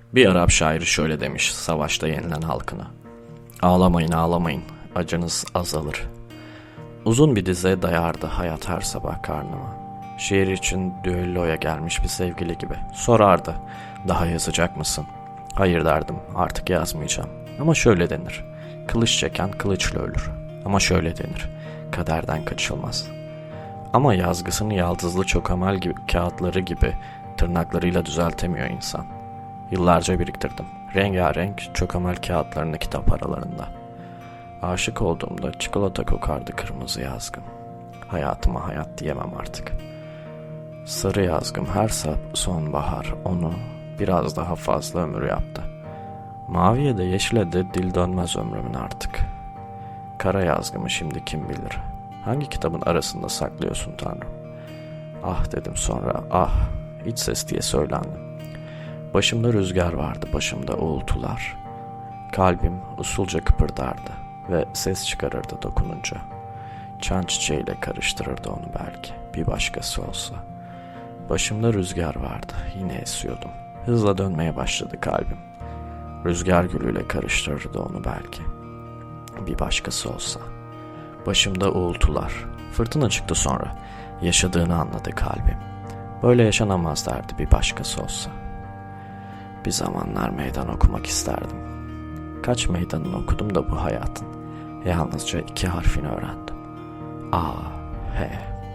Bir Arap şairi şöyle demiş savaşta yenilen halkına: "Ağlamayın ağlamayın, acınız azalır." Uzun bir dize dayardı hayat her sabah karnıma. Şiir için düelloya gelmiş bir sevgili gibi. Sorardı: "Daha yazacak mısın?" "Hayır," derdim, "artık yazmayacağım." Ama şöyle denir: "Kılıç çeken kılıçla ölür." Ama şöyle denir: "Kaderden kaçılmaz." Ama yazgısını yaldızlı çokamel gibi, kağıtları gibi tırnaklarıyla düzeltemiyor insan. Yıllarca biriktirdim rengarenk çokamel kağıtlarını kitap aralarında. Aşık olduğumda çikolata kokardı kırmızı yazgım. Hayatıma hayat diyemem artık. Sarı yazgım her sonbahar onu biraz daha fazla ömür yaptı. Maviye de yeşile de dil dönmez ömrümün artık. Kara yazgımı şimdi kim bilir? Hangi kitabın arasında saklıyorsun Tanrım? Ah dedim sonra, ah, iç ses diye söylendim. Başımda rüzgar vardı, başımda uğultular. Kalbim usulca kıpırdardı ve ses çıkarırdı dokununca. Çan çiçeğiyle karıştırırdı onu belki, bir başkası olsa. Başımda rüzgar vardı, yine esiyordum. Hızla dönmeye başladı kalbim. Rüzgar gülüyle karıştırırdı onu belki, bir başkası olsa. Başımda uğultular. Fırtına çıktı sonra. Yaşadığını anladı kalbim. Böyle yaşanamaz derdi bir başkası olsa. Bir zamanlar meydan okumak isterdim. Kaç meydanını okudum da bu hayatın. Yalnızca 2 harfini öğrendim. A, H.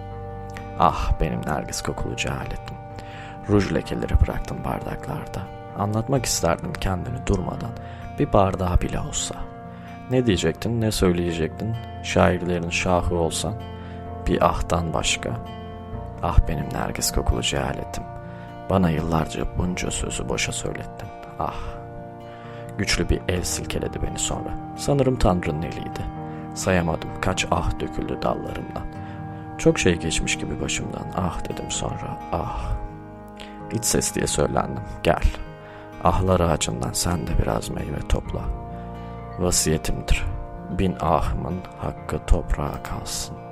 Ah benim nergis kokulu cehaletim. Ruj lekeleri bıraktım bardaklarda. Anlatmak isterdim kendini durmadan. Bir bardağı bile olsa. Ne diyecektin, ne söyleyecektin? Şairlerin şahı olsan. Bir ahtan başka. Ah benim nergis kokulu cehaletim. Bana yıllarca bunca sözü boşa söylettin. Ah. Güçlü bir el silkeledi beni sonra. Sanırım Tanrı'nın eliydi. Sayamadım kaç ah döküldü dallarımdan. Çok şey geçmiş gibi başımdan. Ah dedim sonra. Ah. İç ses diye söylendim. Gel. Ahlar ağacından sen de biraz meyve topla. Vasiyetimdir. 1000 ahımın hakkı toprağa kalsın.